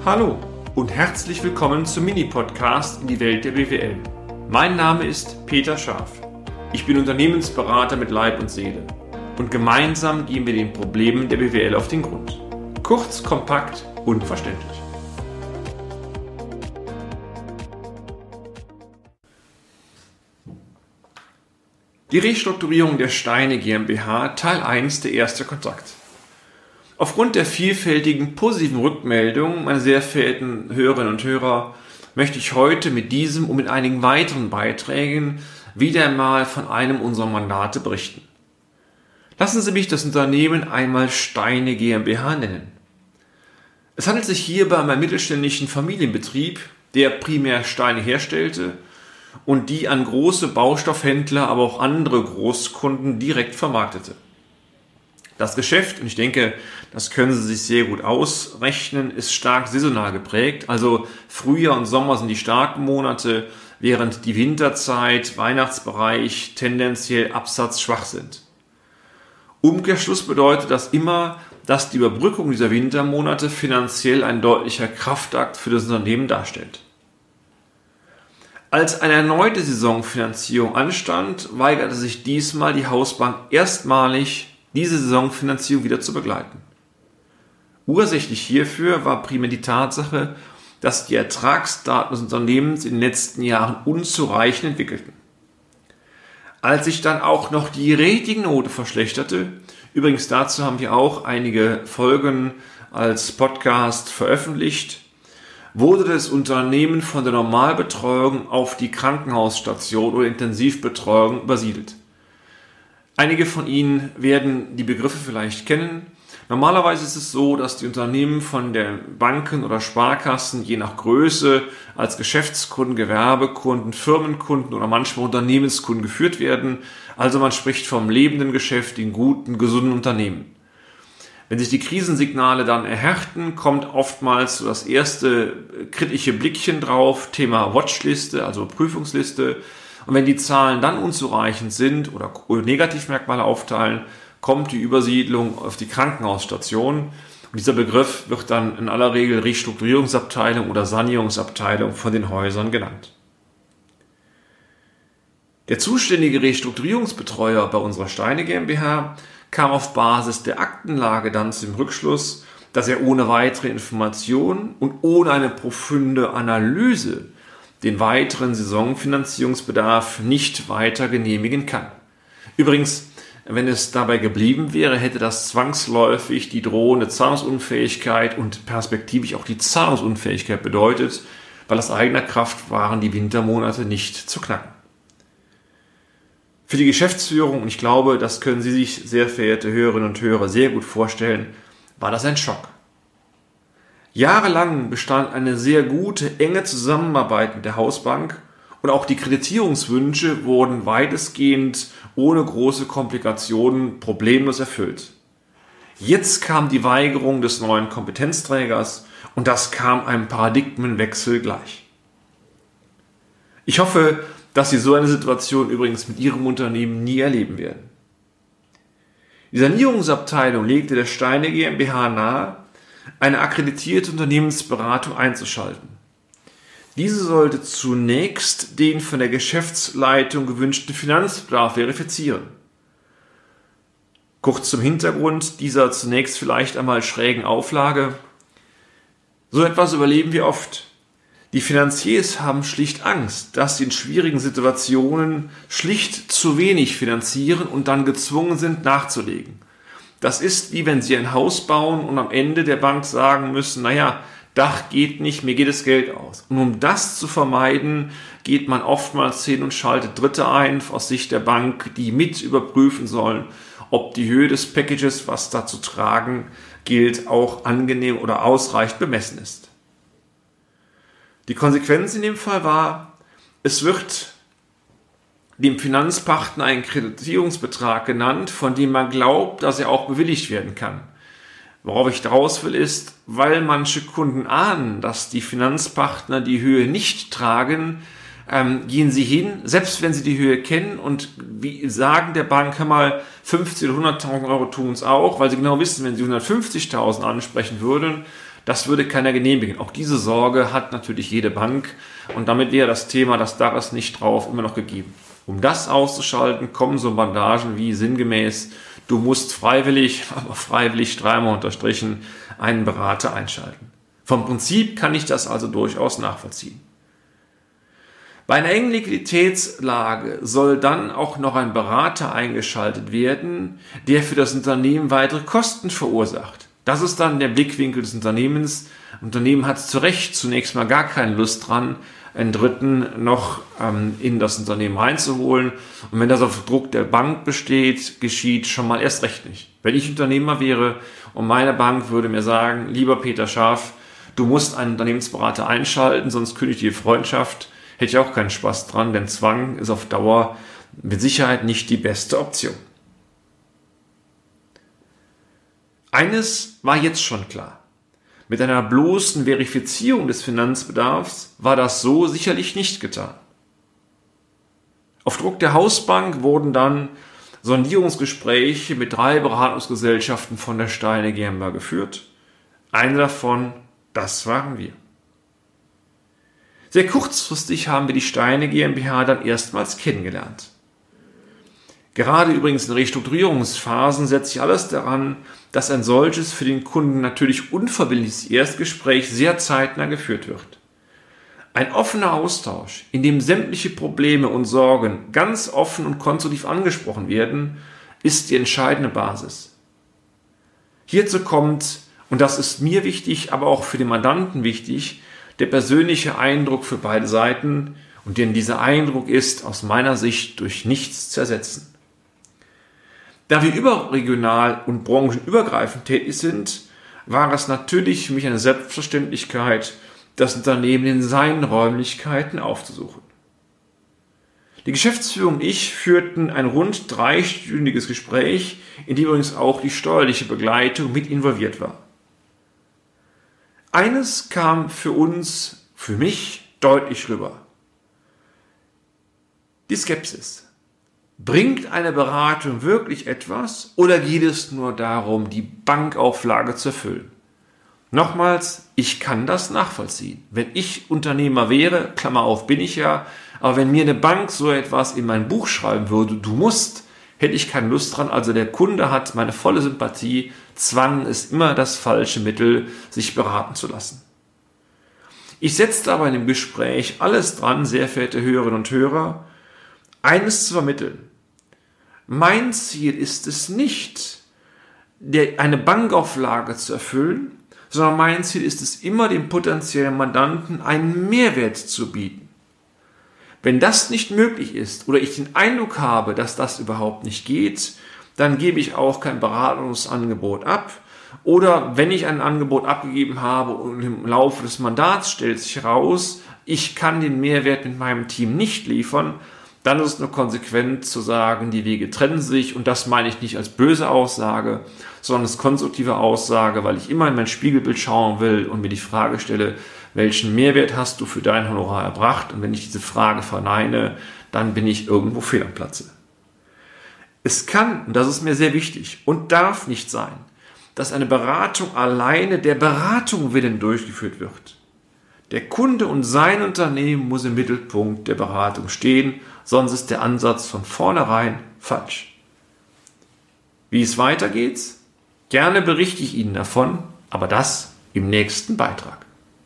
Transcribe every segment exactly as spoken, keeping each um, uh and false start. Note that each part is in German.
Hallo und herzlich willkommen zum Mini-Podcast in die Welt der B W L. Mein Name ist Peter Scharf. Ich bin Unternehmensberater mit Leib und Seele und gemeinsam gehen wir den Problemen der B W L auf den Grund. Kurz, kompakt und verständlich. Die Restrukturierung der Steine GmbH, Teil eins, der erste Kontakt. Aufgrund der vielfältigen positiven Rückmeldungen, meine sehr verehrten Hörerinnen und Hörer, möchte ich heute mit diesem und mit einigen weiteren Beiträgen wieder einmal von einem unserer Mandate berichten. Lassen Sie mich das Unternehmen einmal Steine GmbH nennen. Es handelt sich hierbei um einen mittelständischen Familienbetrieb, der primär Steine herstellte und die an große Baustoffhändler, aber auch andere Großkunden direkt vermarktete. Das Geschäft, und ich denke, das können Sie sich sehr gut ausrechnen, ist stark saisonal geprägt. Also Frühjahr und Sommer sind die starken Monate, während die Winterzeit, Weihnachtsbereich tendenziell absatzschwach sind. Umkehrschluss bedeutet das immer, dass die Überbrückung dieser Wintermonate finanziell ein deutlicher Kraftakt für das Unternehmen darstellt. Als eine erneute Saisonfinanzierung anstand, weigerte sich diesmal die Hausbank erstmalig, diese Saisonfinanzierung wieder zu begleiten. Ursächlich hierfür war primär die Tatsache, dass die Ertragsdaten des Unternehmens in den letzten Jahren unzureichend entwickelten. Als sich dann auch noch die Ratingnote verschlechterte, übrigens dazu haben wir auch einige Folgen als Podcast veröffentlicht, wurde das Unternehmen von der Normalbetreuung auf die Krankenhausstation oder Intensivbetreuung übersiedelt. Einige von Ihnen werden die Begriffe vielleicht kennen. Normalerweise ist es so, dass die Unternehmen von den Banken oder Sparkassen je nach Größe als Geschäftskunden, Gewerbekunden, Firmenkunden oder manchmal Unternehmenskunden geführt werden. Also man spricht vom lebenden Geschäft in guten, gesunden Unternehmen. Wenn sich die Krisensignale dann erhärten, kommt oftmals so das erste kritische Blickchen drauf, Thema Watchliste, also Prüfungsliste. Und wenn die Zahlen dann unzureichend sind oder Negativmerkmale aufteilen, kommt die Übersiedlung auf die Krankenhausstation. Und dieser Begriff wird dann in aller Regel Restrukturierungsabteilung oder Sanierungsabteilung von den Häusern genannt. Der zuständige Restrukturierungsbetreuer bei unserer Steine GmbH kam auf Basis der Aktenlage dann zum Rückschluss, dass er ohne weitere Informationen und ohne eine profunde Analyse den weiteren Saisonfinanzierungsbedarf nicht weiter genehmigen kann. Übrigens, wenn es dabei geblieben wäre, hätte das zwangsläufig die drohende Zahlungsunfähigkeit und perspektivisch auch die Zahlungsunfähigkeit bedeutet, weil aus eigener Kraft waren die Wintermonate nicht zu knacken. Für die Geschäftsführung, und ich glaube, das können Sie sich, sehr verehrte Hörerinnen und Hörer, sehr gut vorstellen, war das ein Schock. Jahrelang bestand eine sehr gute, enge Zusammenarbeit mit der Hausbank und auch die Kreditierungswünsche wurden weitestgehend ohne große Komplikationen problemlos erfüllt. Jetzt kam die Weigerung des neuen Kompetenzträgers und das kam einem Paradigmenwechsel gleich. Ich hoffe, dass Sie so eine Situation übrigens mit Ihrem Unternehmen nie erleben werden. Die Sanierungsabteilung legte der Steine GmbH nahe, eine akkreditierte Unternehmensberatung einzuschalten. Diese sollte zunächst den von der Geschäftsleitung gewünschten Finanzbedarf verifizieren. Kurz zum Hintergrund dieser zunächst vielleicht einmal schrägen Auflage. So etwas überleben wir oft. Die Finanziers haben schlicht Angst, dass sie in schwierigen Situationen schlicht zu wenig finanzieren und dann gezwungen sind, nachzulegen. Das ist wie wenn Sie ein Haus bauen und am Ende der Bank sagen müssen, naja, Dach geht nicht, mir geht das Geld aus. Und um das zu vermeiden, geht man oftmals hin und schaltet Dritte ein aus Sicht der Bank, die mit überprüfen sollen, ob die Höhe des Packages, was da zu tragen gilt, auch angenehm oder ausreichend bemessen ist. Die Konsequenz in dem Fall war, es wird dem Finanzpartner ein Kreditierungsbetrag genannt, von dem man glaubt, dass er auch bewilligt werden kann. Worauf ich daraus will, ist, weil manche Kunden ahnen, dass die Finanzpartner die Höhe nicht tragen, ähm, gehen sie hin, selbst wenn sie die Höhe kennen und wie sagen der Bank, hör mal, fünfzig oder hunderttausend Euro tun es auch, weil sie genau wissen, wenn sie hundertfünfzigtausend ansprechen würden, Das würde keiner genehmigen. Auch diese Sorge hat natürlich jede Bank und damit wäre das Thema, das da ist nicht drauf, immer noch gegeben. Um das auszuschalten, kommen so Bandagen wie sinngemäß, du musst freiwillig, aber freiwillig dreimal unterstrichen, einen Berater einschalten. Vom Prinzip kann ich das also durchaus nachvollziehen. Bei einer engen Liquiditätslage soll dann auch noch ein Berater eingeschaltet werden, der für das Unternehmen weitere Kosten verursacht. Das ist dann der Blickwinkel des Unternehmens. Das Unternehmen hat zu Recht zunächst mal gar keine Lust dran, einen Dritten noch ähm, in das Unternehmen reinzuholen. Und wenn das auf Druck der Bank besteht, geschieht schon mal erst recht nicht. Wenn ich Unternehmer wäre und meine Bank würde mir sagen, lieber Peter Scharf, du musst einen Unternehmensberater einschalten, sonst kündigt die Freundschaft, hätte ich auch keinen Spaß dran, denn Zwang ist auf Dauer mit Sicherheit nicht die beste Option. Eines war jetzt schon klar. Mit einer bloßen Verifizierung des Finanzbedarfs war das so sicherlich nicht getan. Auf Druck der Hausbank wurden dann Sondierungsgespräche mit drei Beratungsgesellschaften von der Steine GmbH geführt. Eine davon, das waren wir. Sehr kurzfristig haben wir die Steine GmbH dann erstmals kennengelernt. Gerade übrigens in Restrukturierungsphasen setzt sich alles daran, dass ein solches für den Kunden natürlich unverbindliches Erstgespräch sehr zeitnah geführt wird. Ein offener Austausch, in dem sämtliche Probleme und Sorgen ganz offen und konstruktiv angesprochen werden, ist die entscheidende Basis. Hierzu kommt, und das ist mir wichtig, aber auch für den Mandanten wichtig, der persönliche Eindruck für beide Seiten, und denn dieser Eindruck ist aus meiner Sicht durch nichts zu ersetzen. Da wir überregional und branchenübergreifend tätig sind, war es natürlich für mich eine Selbstverständlichkeit, das Unternehmen in seinen Räumlichkeiten aufzusuchen. Die Geschäftsführung und ich führten ein rund dreistündiges Gespräch, in dem übrigens auch die steuerliche Begleitung mit involviert war. Eines kam für uns, für mich, deutlich rüber. Die Skepsis. Bringt eine Beratung wirklich etwas oder geht es nur darum, die Bankauflage zu erfüllen? Nochmals, ich kann das nachvollziehen. Wenn ich Unternehmer wäre, Klammer auf, bin ich ja, aber wenn mir eine Bank so etwas in mein Buch schreiben würde, du musst, hätte ich keine Lust dran. Also der Kunde hat meine volle Sympathie. Zwang ist immer das falsche Mittel, sich beraten zu lassen. Ich setzte aber in dem Gespräch alles dran, sehr verehrte Hörerinnen und Hörer, eines zu vermitteln. Mein Ziel ist es nicht, eine Bankauflage zu erfüllen, sondern mein Ziel ist es immer, dem potenziellen Mandanten einen Mehrwert zu bieten. Wenn das nicht möglich ist oder ich den Eindruck habe, dass das überhaupt nicht geht, dann gebe ich auch kein Beratungsangebot ab. Oder wenn ich ein Angebot abgegeben habe und im Laufe des Mandats stellt sich heraus, ich kann den Mehrwert mit meinem Team nicht liefern, dann ist es nur konsequent zu sagen, die Wege trennen sich, und das meine ich nicht als böse Aussage, sondern als konstruktive Aussage, weil ich immer in mein Spiegelbild schauen will und mir die Frage stelle, welchen Mehrwert hast du für dein Honorar erbracht? Und wenn ich diese Frage verneine, dann bin ich irgendwo fehl am Platze. Es kann, und das ist mir sehr wichtig, und darf nicht sein, dass eine Beratung alleine der Beratung willen durchgeführt wird. Der Kunde und sein Unternehmen muss im Mittelpunkt der Beratung stehen, sonst ist der Ansatz von vornherein falsch. Wie es weitergeht, gerne berichte ich Ihnen davon, aber das im nächsten Beitrag.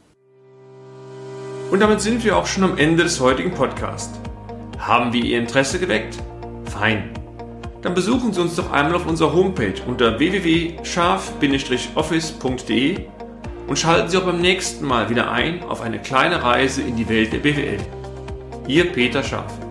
Und damit sind wir auch schon am Ende des heutigen Podcasts. Haben wir Ihr Interesse geweckt? Fein. Dann besuchen Sie uns doch einmal auf unserer Homepage unter w w w punkt scharf Bindestrich office punkt d e und schalten Sie auch beim nächsten Mal wieder ein auf eine kleine Reise in die Welt der B W L. Ihr Peter Scharf.